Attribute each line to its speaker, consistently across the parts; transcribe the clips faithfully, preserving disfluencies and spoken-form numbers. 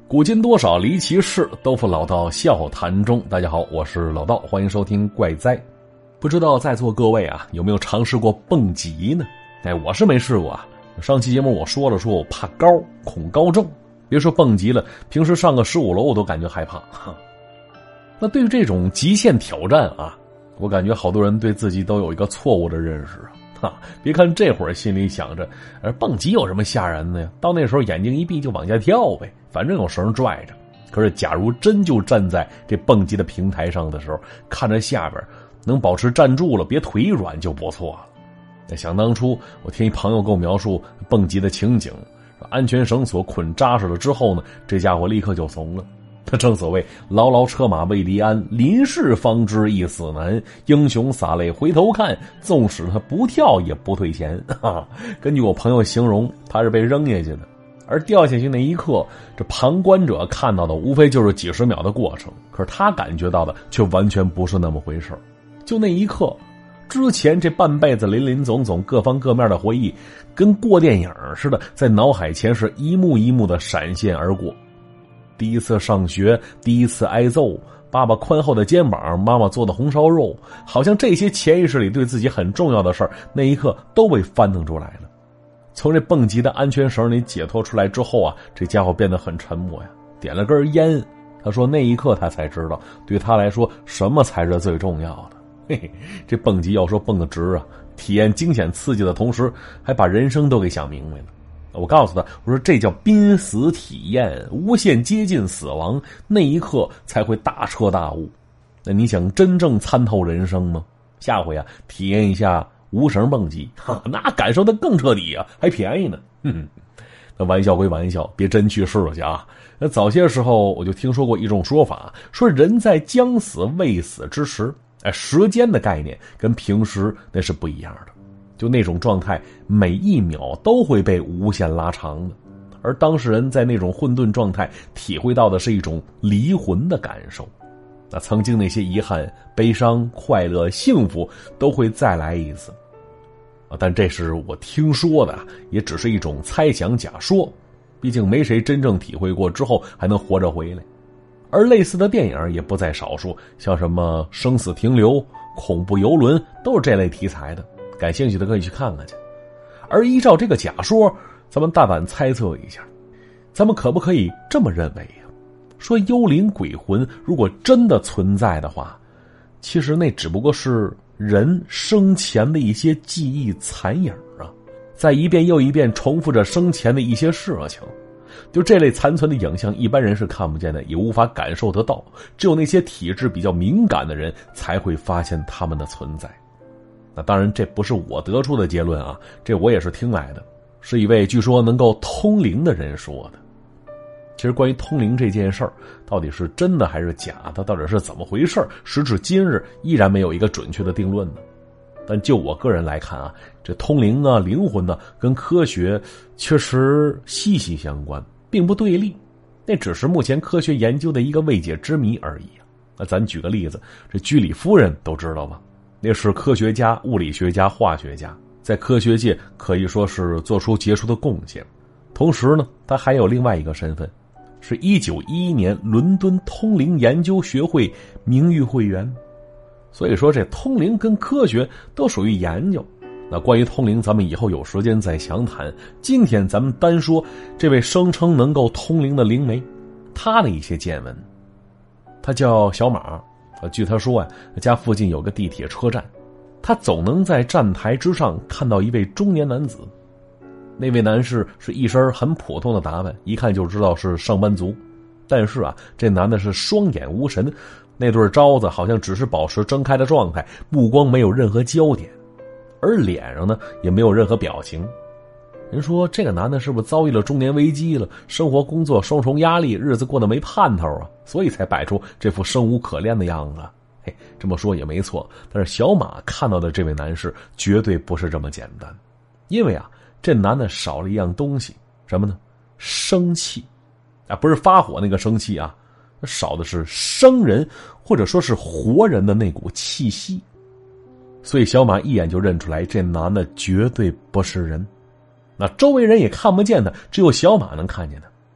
Speaker 1: 古今多少离奇事，豆腐老道笑谈中。大家好，我是老道，欢迎收听怪哉。不知道在座各位啊，有没有尝试过蹦极呢？哎，我是没试过啊。上期节目我说了，说我怕高，恐高症。别说蹦极了，平时上个十五楼我都感觉害怕。那对于这种极限挑战啊，我感觉好多人对自己都有一个错误的认识啊。哈，别看这会儿心里想着，而蹦极有什么吓人的呀？到那时候眼睛一闭就往下跳呗，反正有绳拽着。可是假如真就站在这蹦极的平台上的时候，看着下边能保持站住了，别腿软就不错了。那想当初我听一朋友给我描述蹦极的情景，安全绳索捆扎实了之后呢，这家伙立刻就怂了。他正所谓牢牢车马未离鞍，临事方知一死难，英雄洒泪回头看，纵使他不跳也不退钱。哈，根据我朋友形容，他是被扔下去的，而掉下去那一刻，这旁观者看到的无非就是几十秒的过程，可是他感觉到的却完全不是那么回事。就那一刻之前，这半辈子林林总总各方各面的回忆跟过电影似的，在脑海前是一幕一幕的闪现而过。第一次上学，第一次挨揍，爸爸宽厚的肩膀，妈妈做的红烧肉，好像这些潜意识里对自己很重要的事儿，那一刻都被翻腾出来了。从这蹦极的安全绳里解脱出来之后啊，这家伙变得很沉默呀，点了根烟。他说那一刻他才知道，对他来说什么才是最重要的。嘿嘿，这蹦极要说蹦得值啊，体验惊险刺激的同时，还把人生都给想明白了。我告诉他，我说这叫濒死体验，无限接近死亡，那一刻才会大彻大悟。那你想真正参透人生吗？下回啊，体验一下无绳蹦极，那感受的更彻底啊，还便宜呢。哼，那玩笑归玩笑，别真去试去啊。那早些时候我就听说过一种说法，说人在将死未死之时，哎，时间的概念跟平时那是不一样的。就那种状态，每一秒都会被无限拉长的，而当事人在那种混沌状态体会到的是一种离魂的感受。那曾经那些遗憾、悲伤、快乐、幸福都会再来一次。但这是我听说的，也只是一种猜想假说，毕竟没谁真正体会过之后还能活着回来。而类似的电影也不在少数，像什么生死停留、恐怖游轮都是这类题材的，感兴趣的可以去看看去。而依照这个假说，咱们大胆猜测一下，咱们可不可以这么认为呀？说幽灵鬼魂如果真的存在的话，其实那只不过是人生前的一些记忆残影啊，在一遍又一遍重复着生前的一些事情。就这类残存的影像，一般人是看不见的，也无法感受得到，只有那些体质比较敏感的人才会发现他们的存在。那当然这不是我得出的结论啊，这我也是听来的，是一位据说能够通灵的人说的。其实关于通灵这件事儿，到底是真的还是假的，到底是怎么回事，时至今日依然没有一个准确的定论呢。但就我个人来看啊，这通灵啊、灵魂呢，跟科学确实息息相关，并不对立，那只是目前科学研究的一个未解之谜而已啊。那咱举个例子，这居里夫人都知道吧？那是科学家、物理学家、化学家，在科学界可以说是做出杰出的贡献。同时呢，他还有另外一个身份，是一九一一年伦敦通灵研究学会名誉会员。所以说这通灵跟科学都属于研究。那关于通灵咱们以后有时间再详谈，今天咱们单说这位声称能够通灵的灵媒，他的一些见闻。他叫小马，据他说啊，家附近有个地铁车站，他总能在站台之上看到一位中年男子。那位男士是一身很普通的打扮，一看就知道是上班族，但是啊，这男的是双眼无神，那对招子好像只是保持睁开的状态，目光没有任何焦点，而脸上呢也没有任何表情。人说这个男的是不是遭遇了中年危机了，生活工作双重压力，日子过得没盼头啊，所以才摆出这副生无可恋的样子。嘿，这么说也没错，但是小马看到的这位男士绝对不是这么简单。因为啊，这男的少了一样东西，什么呢？生气啊，不是发火那个生气啊，少的是生人或者说是活人的那股气息。所以小马一眼就认出来，这男的绝对不是人。那周围人也看不见他，只有小马能看见他。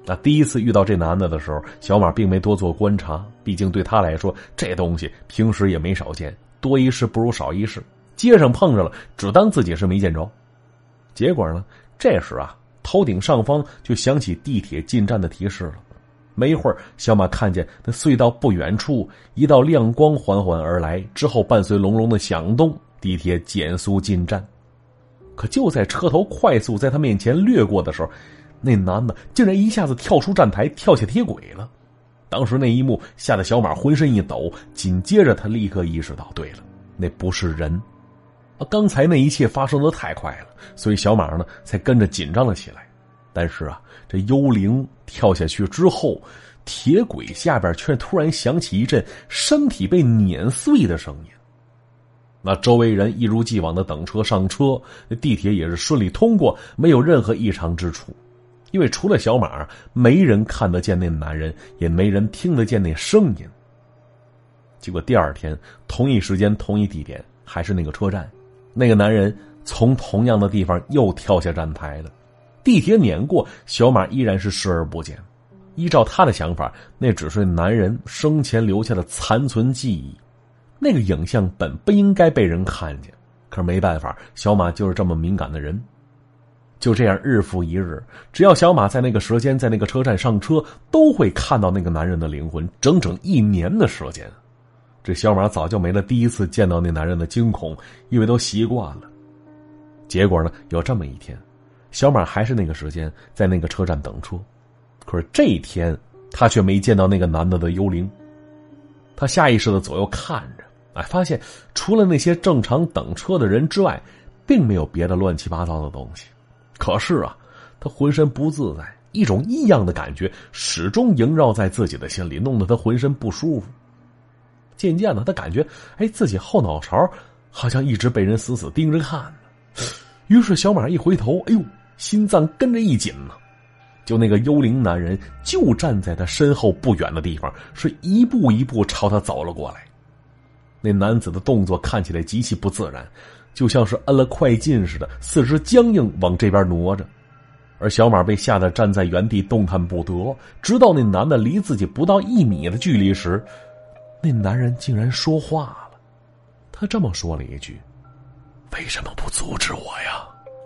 Speaker 1: 那第一次遇到这男的的时候，小马并没多做观察，毕竟对他来说这东西平时也没少见，多一事不如少一事，街上碰着了只当自己是没见着。结果呢，这时啊头顶上方就响起地铁进站的提示了。没一会儿，小马看见那隧道不远处一道亮光缓缓而来，之后伴随隆隆的响动，地铁减速进站。可就在车头快速在他面前掠过的时候，那男的竟然一下子跳出站台，跳下铁轨了。当时那一幕吓得小马浑身一抖，紧接着他立刻意识到，对了，那不是人啊！刚才那一切发生的太快了，所以小马呢才跟着紧张了起来。但是啊，这幽灵跳下去之后，铁轨下边却突然响起一阵身体被碾碎的声音。那周围人一如既往的等车上车，地铁也是顺利通过，没有任何异常之处。因为除了小马，没人看得见那男人，也没人听得见那声音。结果第二天同一时间同一地点，还是那个车站，那个男人从同样的地方又跳下站台了。地铁碾过，小马依然是视而不见。依照他的想法，那只是男人生前留下的残存记忆，那个影像本不应该被人看见，可是没办法，小马就是这么敏感的人。就这样日复一日，只要小马在那个时间在那个车站上车，都会看到那个男人的灵魂，整整一年的时间。这小马早就没了第一次见到那男人的惊恐，因为都习惯了。结果呢，有这么一天，小马还是那个时间在那个车站等车，可是这一天他却没见到那个男的的幽灵。他下意识的左右看着，哎，发现除了那些正常等车的人之外，并没有别的乱七八糟的东西。可是啊，他浑身不自在，一种异样的感觉始终萦绕在自己的心里，弄得他浑身不舒服。渐渐的，他感觉哎，自己后脑勺好像一直被人死死盯着看呢。于是小马一回头，哎呦，心脏跟着一紧呢。就那个幽灵男人就站在他身后不远的地方，是一步一步朝他走了过来。那男子的动作看起来极其不自然，就像是摁了快进似的，四肢僵硬往这边挪着。而小马被吓得站在原地动弹不得，直到那男的离自己不到一米的距离时，那男人竟然说话了。他这么说了一句：为什么不阻止我呀？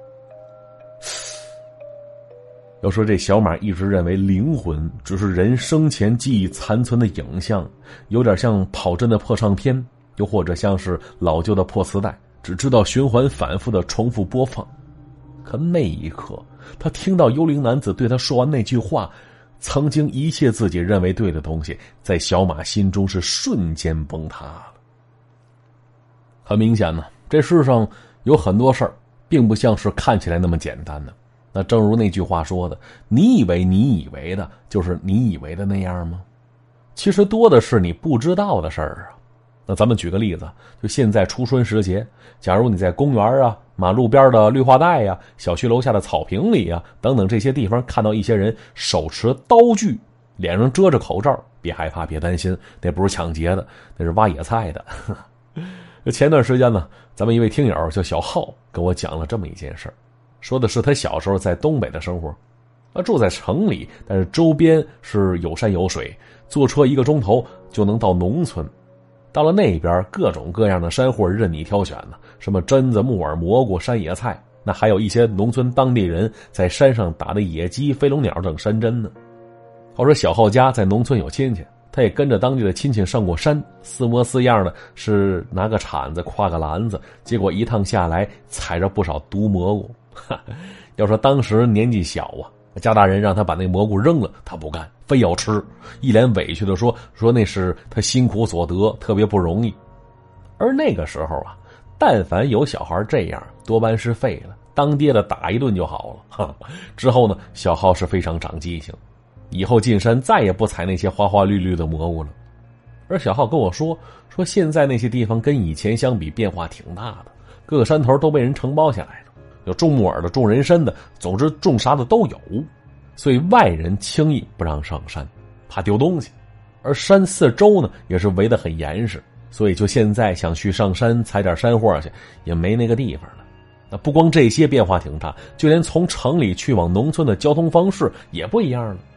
Speaker 1: 要说这小马一直认为灵魂只是人生前记忆残存的影像，有点像跑针的破唱片，又或者像是老旧的破磁带，只知道循环反复的重复播放。可那一刻，他听到幽灵男子对他说完那句话，曾经一切自己认为对的东西，在小马心中是瞬间崩塌了。很明显呢，这世上有很多事儿并不像是看起来那么简单的。那正如那句话说的，你以为你以为的就是你以为的那样吗？其实多的是你不知道的事儿啊。那咱们举个例子，就现在初春时节，假如你在公园啊、马路边的绿化带呀、小区楼下的草坪里啊等等这些地方，看到一些人手持刀具，脸上遮着口罩，别害怕，别担心，那不是抢劫的，那是挖野菜的。前段时间呢，咱们一位听友叫小浩跟我讲了这么一件事儿，说的是他小时候在东北的生活，啊，住在城里，但是周边是有山有水，坐车一个钟头就能到农村。到了那边，各种各样的山货任你挑选呢，什么榛子、木耳、蘑菇、山野菜，那还有一些农村当地人在山上打的野鸡、飞龙鸟等山珍呢。话说小浩家在农村有亲戚，他也跟着当地的亲戚上过山，似模似样的是拿个铲子挎个篮子，结果一趟下来踩着不少毒蘑菇。要说当时年纪小啊，家大人让他把那蘑菇扔了，他不干，非要吃，一脸委屈的说说那是他辛苦所得，特别不容易。而那个时候啊，但凡有小孩这样，多半是废了，当爹的打一顿就好了。哈，之后呢，小浩是非常长记性，以后进山再也不采那些花花绿绿的蘑菇了。而小浩跟我说说现在那些地方跟以前相比变化挺大的，各个山头都被人承包下来了，有种木耳的，种人参的，总之种啥的都有，所以外人轻易不让上山，怕丢东西。而山四周呢也是围得很严实，所以就现在想去上山采点山货去也没那个地方了。那不光这些变化挺大，就连从城里去往农村的交通方式也不一样了。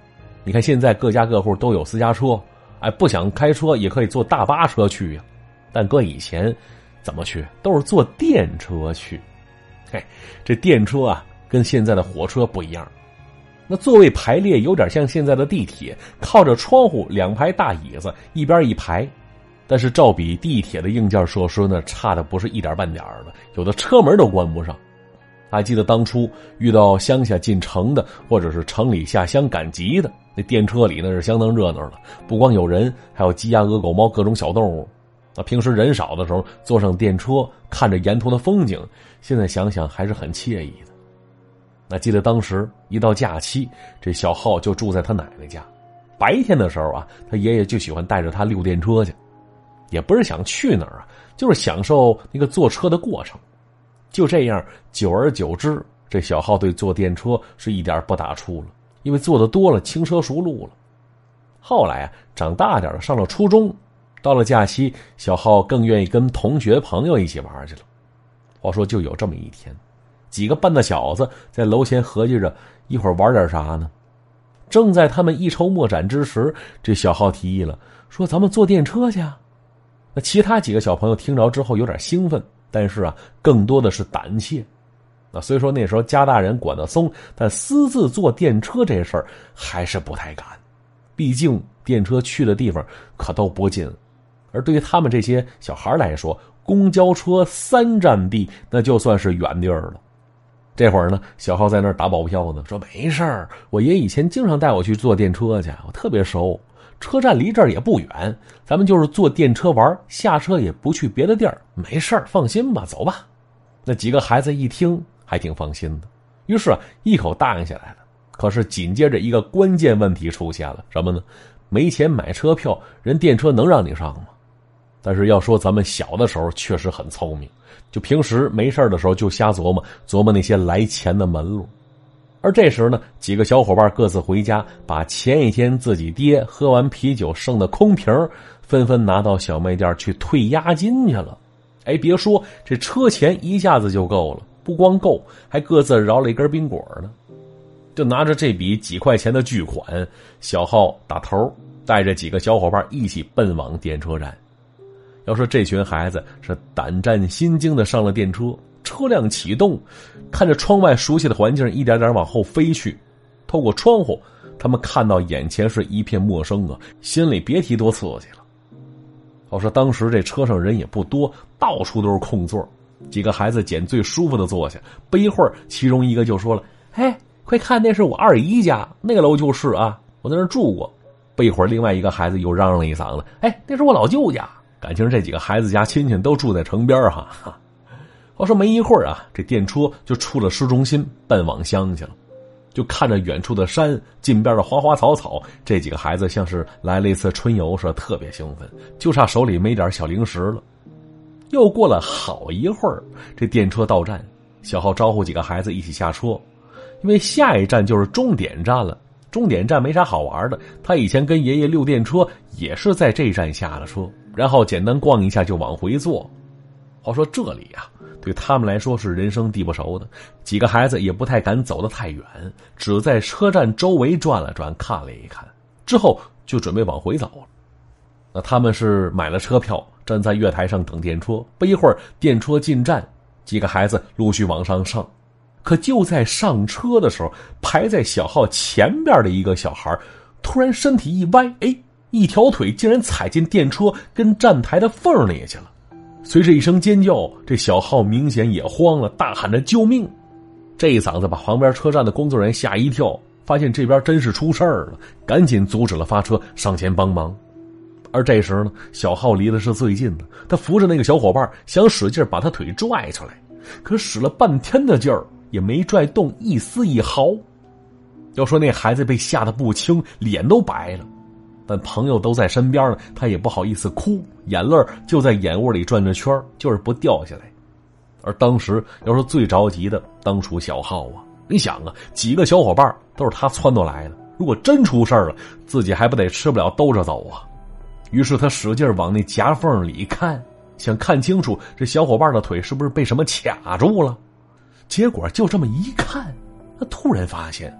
Speaker 1: 你看现在各家各户都有私家车，哎，不想开车也可以坐大巴车去呀。但搁以前怎么去？都是坐电车去。嘿，这电车啊跟现在的火车不一样，那座位排列有点像现在的地铁，靠着窗户，两排大椅子，一边一排。但是照比地铁的硬件设施呢，差的不是一点半点的，有的车门都关不上。还记得当初遇到乡下进城的，或者是城里下乡赶集的，那电车里呢是相当热闹的，不光有人，还有鸡鸭鹅狗猫各种小动物。那平时人少的时候，坐上电车看着沿途的风景，现在想想还是很惬意的。那记得当时一到假期，这小浩就住在他奶奶家，白天的时候啊，他爷爷就喜欢带着他溜电车去，也不是想去哪儿啊，就是享受那个坐车的过程。就这样，久而久之，这小浩对坐电车是一点不打怵了，因为坐的多了，轻车熟路了。后来啊，长大点了，上了初中，到了假期，小浩更愿意跟同学朋友一起玩去了。话说就有这么一天，几个笨的小子在楼前合计着一会儿玩点啥呢？正在他们一筹莫展之时，这小浩提议了，说咱们坐电车去啊。那其他几个小朋友听着之后有点兴奋，但是啊，更多的是胆怯。那虽说那时候家大人管得松，但私自坐电车这事儿还是不太敢。毕竟电车去的地方可都不近，而对于他们这些小孩来说，公交车三站地那就算是远地儿了。这会儿呢，小浩在那儿打保票呢，说没事儿，我爷以前经常带我去坐电车去，我特别熟。车站离这儿也不远，咱们就是坐电车玩，下车也不去别的地儿，没事儿，放心吧，走吧。那几个孩子一听还挺放心的，于是啊，一口答应下来了。可是紧接着一个关键问题出现了，什么呢？没钱买车票，人电车能让你上吗？但是要说咱们小的时候确实很聪明，就平时没事的时候就瞎琢磨琢磨那些来钱的门路。而这时呢，几个小伙伴各自回家，把前一天自己爹喝完啤酒剩的空瓶纷纷拿到小卖店去退押金去了。哎，别说这车钱一下子就够了，不光够，还各自饶了一根冰果呢。就拿着这笔几块钱的巨款，小浩打头带着几个小伙伴一起奔往电车站。要说这群孩子是胆战心惊的上了电车，车辆启动，看着窗外熟悉的环境一点点往后飞去。透过窗户，他们看到眼前是一片陌生啊，心里别提多刺激了。要说当时这车上人也不多，到处都是空座，几个孩子捡最舒服的坐下。不一会儿，其中一个就说了：“哎，快看，那是我二姨家，那个楼就是啊，我在那儿住过。”不一会儿，另外一个孩子又嚷嚷了一嗓子：“哎，那是我老舅家。”感情这几个孩子家亲戚都住在城边哈。话说没一会儿啊，这电车就出了市中心，奔往乡去了。就看着远处的山，近边的花花草草，这几个孩子像是来了一次春游似的，特别兴奋，就差手里没点小零食了。又过了好一会儿，这电车到站，小浩招呼几个孩子一起下车，因为下一站就是终点站了。终点站没啥好玩的，他以前跟爷爷溜电车也是在这站下了车，然后简单逛一下就往回坐。话说这里啊，对他们来说是人生地不熟的，几个孩子也不太敢走得太远，只在车站周围转了转，看了一看，之后就准备往回走了。那他们是买了车票，站在月台上等电车。不一会儿，电车进站，几个孩子陆续往上上。可就在上车的时候，排在小浩前边的一个小孩突然身体一歪，哎，一条腿竟然踩进电车跟站台的缝里去了。随着一声尖叫，这小浩明显也慌了，大喊着救命。这一嗓子把旁边车站的工作人员吓一跳，发现这边真是出事儿了，赶紧阻止了发车，上前帮忙。而这时呢，小浩离的是最近的，他扶着那个小伙伴想使劲把他腿拽出来，可使了半天的劲儿也没拽动一丝一毫。要说那孩子被吓得不轻，脸都白了，但朋友都在身边呢，他也不好意思哭，眼泪就在眼窝里转着圈，就是不掉下来。而当时要说最着急的当属小浩啊，你想啊，几个小伙伴都是他撺掇来的，如果真出事了，自己还不得吃不了兜着走啊。于是他使劲往那夹缝里看，想看清楚这小伙伴的腿是不是被什么卡住了。结果就这么一看，他突然发现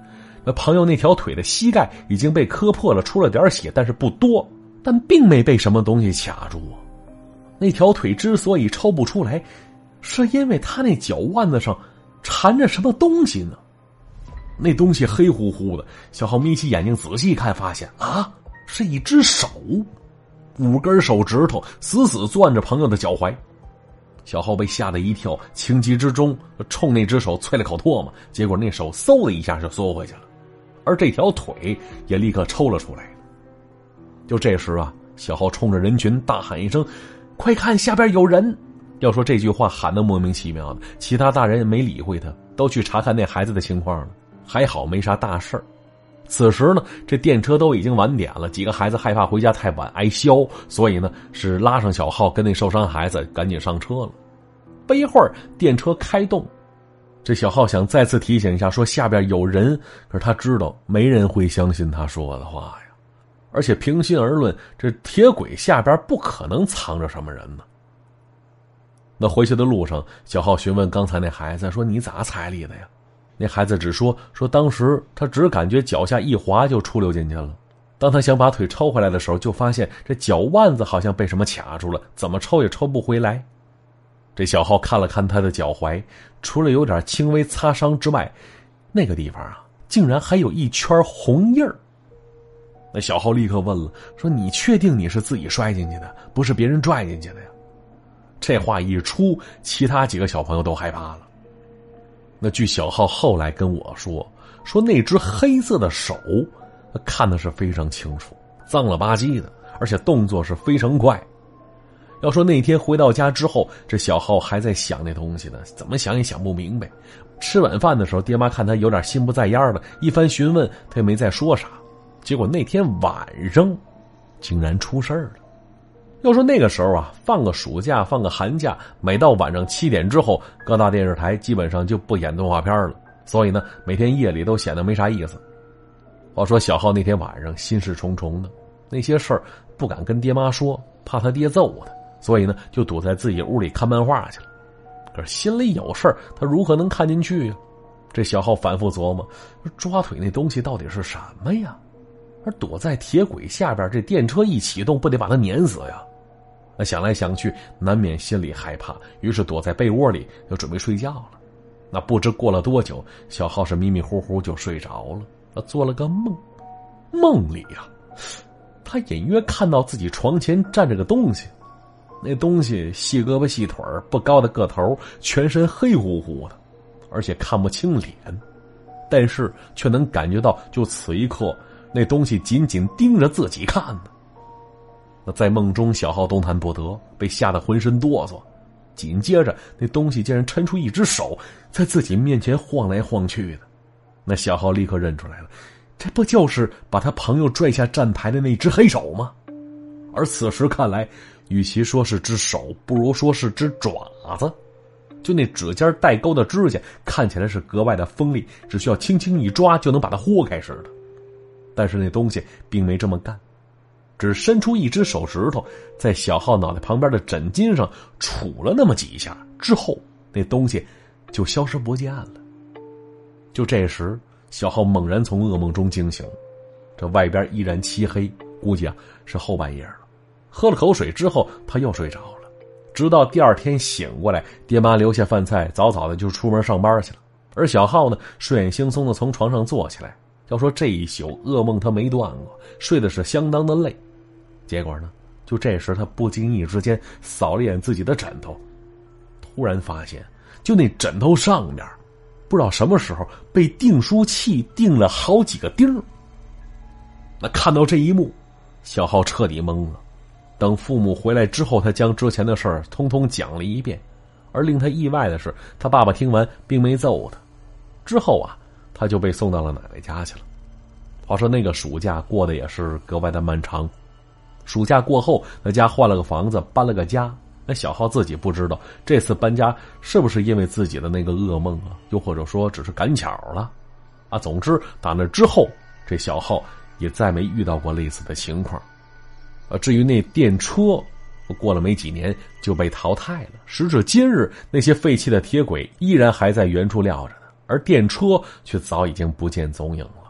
Speaker 1: 那朋友那条腿的膝盖已经被磕破了，出了点血，但是不多，但并没被什么东西卡住啊。那条腿之所以抽不出来，是因为他那脚腕子上缠着什么东西呢？那东西黑乎乎的，小浩眯起眼睛仔细看，发现啊，是一只手，五根手指头死死攥着朋友的脚踝。小浩被吓得一跳，情急之中冲那只手啐了口唾沫，结果那手嗖的一下就缩回去了，而这条腿也立刻抽了出来。就这时啊，小浩冲着人群大喊一声：“快看，下边有人！”要说这句话喊得莫名其妙的，其他大人也没理会他，都去查看那孩子的情况了。还好没啥大事儿。此时呢，这电车都已经晚点了，几个孩子害怕回家太晚挨削，所以呢是拉上小浩跟那受伤孩子赶紧上车了。不一会儿电车开动，这小浩想再次提醒一下，说下边有人，可是他知道没人会相信他说的话呀。而且平心而论，这铁轨下边不可能藏着什么人呢。那回去的路上，小浩询问刚才那孩子说：“你咋踩里的呀？”那孩子只说说当时他只感觉脚下一滑就出溜进去了，当他想把腿抽回来的时候，就发现这脚腕子好像被什么卡住了，怎么抽也抽不回来。这小浩看了看他的脚踝，除了有点轻微擦伤之外，那个地方啊竟然还有一圈红印儿。那小浩立刻问了，说：“你确定你是自己摔进去的，不是别人拽进去的呀？”这话一出，其他几个小朋友都害怕了。那据小浩后来跟我说，说那只黑色的手看的是非常清楚，脏了吧唧的，而且动作是非常快。要说那天回到家之后，这小浩还在想那东西呢，怎么想也想不明白。吃晚饭的时候，爹妈看他有点心不在焉的，一番询问他也没再说啥。结果那天晚上竟然出事儿了。要说那个时候啊，放个暑假放个寒假，每到晚上七点之后，各大电视台基本上就不演动画片了，所以呢每天夜里都显得没啥意思。话说小浩那天晚上心事重重的，那些事儿不敢跟爹妈说，怕他爹揍他，所以呢就躲在自己屋里看漫画去了。可是心里有事儿，他如何能看进去呀？这小浩反复琢磨，抓腿那东西到底是什么呀？而躲在铁轨下边，这电车一启动不得把他碾死呀？那想来想去，难免心里害怕，于是躲在被窝里就准备睡觉了。那不知过了多久，小浩是迷迷糊糊就睡着了。他做了个梦，梦里呀、啊，他隐约看到自己床前站着个东西，那东西细胳膊细腿不高的个头，全身黑乎乎的，而且看不清脸，但是却能感觉到，就此一刻，那东西紧紧盯着自己看呢。那在梦中，小浩动弹不得，被吓得浑身哆嗦。紧接着，那东西竟然抻出一只手，在自己面前晃来晃去的。那小浩立刻认出来了，这不就是把他朋友拽下站台的那只黑手吗？而此时看来，与其说是只手，不如说是只爪子。就那指尖带钩的指甲，看起来是格外的锋利，只需要轻轻一抓就能把它豁开似的。但是那东西并没这么干，只伸出一只手指头，在小浩脑袋旁边的枕巾上杵了那么几下，之后那东西就消失不见了。就这时，小浩猛然从噩梦中惊醒，这外边依然漆黑，估计啊是后半夜了。喝了口水之后，他又睡着了，直到第二天醒过来，爹妈留下饭菜，早早的就出门上班去了。而小浩呢，睡眼惺忪的从床上坐起来。要说这一宿噩梦他没断过，睡的是相当的累。结果呢，就这时他不经意之间扫了眼自己的枕头，突然发现就那枕头上面不知道什么时候被订书器钉了好几个钉。那看到这一幕，小浩彻底懵了。等父母回来之后，他将之前的事儿通通讲了一遍。而令他意外的是，他爸爸听完并没揍他，之后啊他就被送到了奶奶家去了。话说那个暑假过得也是格外的漫长。暑假过后，他家换了个房子，搬了个家。那小浩自己不知道，这次搬家是不是因为自己的那个噩梦啊，又或者说只是赶巧了啊。总之打那之后，这小浩也再没遇到过类似的情况。啊，至于那电车，过了没几年就被淘汰了。时至今日，那些废弃的铁轨依然还在原处撂着呢，而电车却早已经不见踪影了。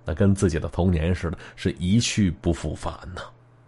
Speaker 1: 那跟自己的童年似的，是一去不复返呢。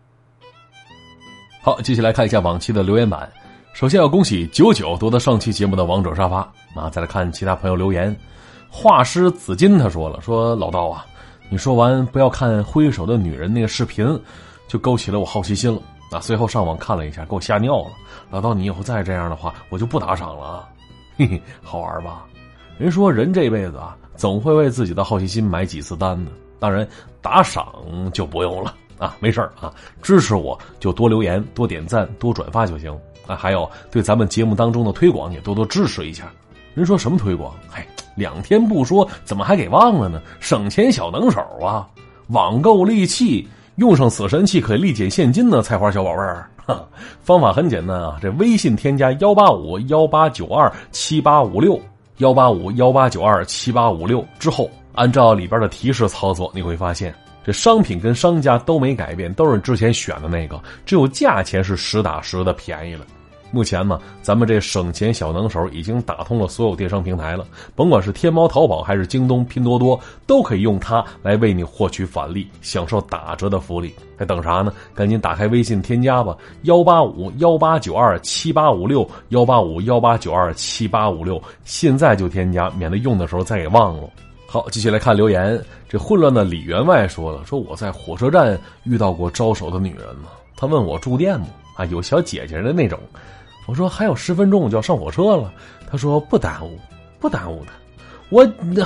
Speaker 1: 好，继续来看一下往期的留言板。首先要恭喜九九夺得上期节目的王者沙发啊！再来看其他朋友留言。画师紫金他说了，说老道啊，你说完不要看挥手的女人那个视频，就勾起了我好奇心了啊！随后上网看了一下，给我吓尿了。老道，你以后再这样的话，我就不打赏了啊！嘿嘿，好玩吧？人说人这辈子啊，总会为自己的好奇心买几次单的。当然，打赏就不用了啊，没事啊，支持我就多留言、多点赞、多转发就行啊。还有对咱们节目当中的推广也多多支持一下。人说什么推广？嗨，两天不说，怎么还给忘了呢？省钱小能手啊！网购利器，用上死神器可以立减现金呢，菜花小宝贝儿。方法很简单啊，这微信添加幺八五幺八九二七八五六幺八五幺八九二七八五六之后，按照里边的提示操作，你会发现这商品跟商家都没改变，都是之前选的那个，只有价钱是实打实的便宜了。目前呢，咱们这省钱小能手已经打通了所有电商平台了，甭管是天猫、淘宝还是京东、拼多多，都可以用它来为你获取返利，享受打折的福利。还等啥呢？赶紧打开微信添加吧，幺八五幺八九二七八五六幺八五幺八九二七八五六，现在就添加，免得用的时候再给忘了。好，继续来看留言。这混乱的李员外说了，说我在火车站遇到过招手的女人呢，她问我住店吗？啊，有小姐姐的那种。我说还有十分钟我就要上火车了，他说不耽误，不耽误的。我，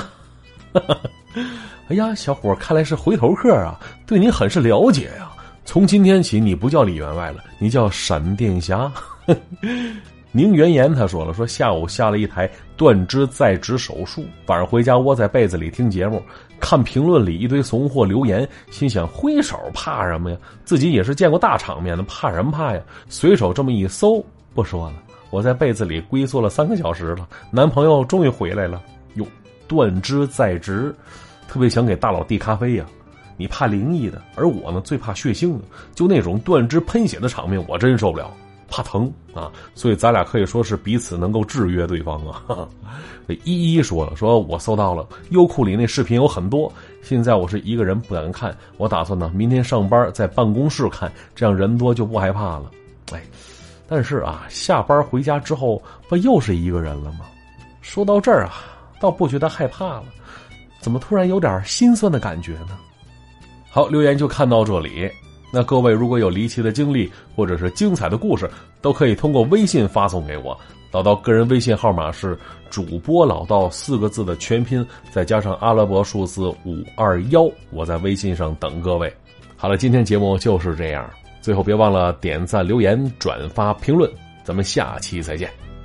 Speaker 1: 哎呀，小伙看来是回头客啊，对你很是了解呀、啊。从今天起，你不叫李员外了，你叫闪电侠。宁元言他说了，说下午下了一台断肢再植手术，晚上回家窝在被子里听节目，看评论里一堆怂货留言，心想挥手怕什么呀？自己也是见过大场面的，怕什么怕呀？随手这么一搜。不说了，我在被子里龟缩了三个小时了，男朋友终于回来了。哟，断肢再植，特别想给大佬递咖啡呀、啊。你怕灵异的，而我呢最怕血腥的，就那种断肢喷血的场面，我真受不了，怕疼啊。所以咱俩可以说是彼此能够制约对方啊。依依说了，说我搜到了优酷里那视频有很多，现在我是一个人不敢看，我打算呢明天上班在办公室看，这样人多就不害怕了。哎。但是啊，下班回家之后不又是一个人了吗？说到这儿啊，倒不觉得害怕了，怎么突然有点心酸的感觉呢？好，留言就看到这里。那各位如果有离奇的经历或者是精彩的故事，都可以通过微信发送给我。老道个人微信号码是主播老道四个字的全拼，再加上阿拉伯数字五二一，我在微信上等各位。好了，今天节目就是这样。最后别忘了点赞、留言、转发、评论，咱们下期再见。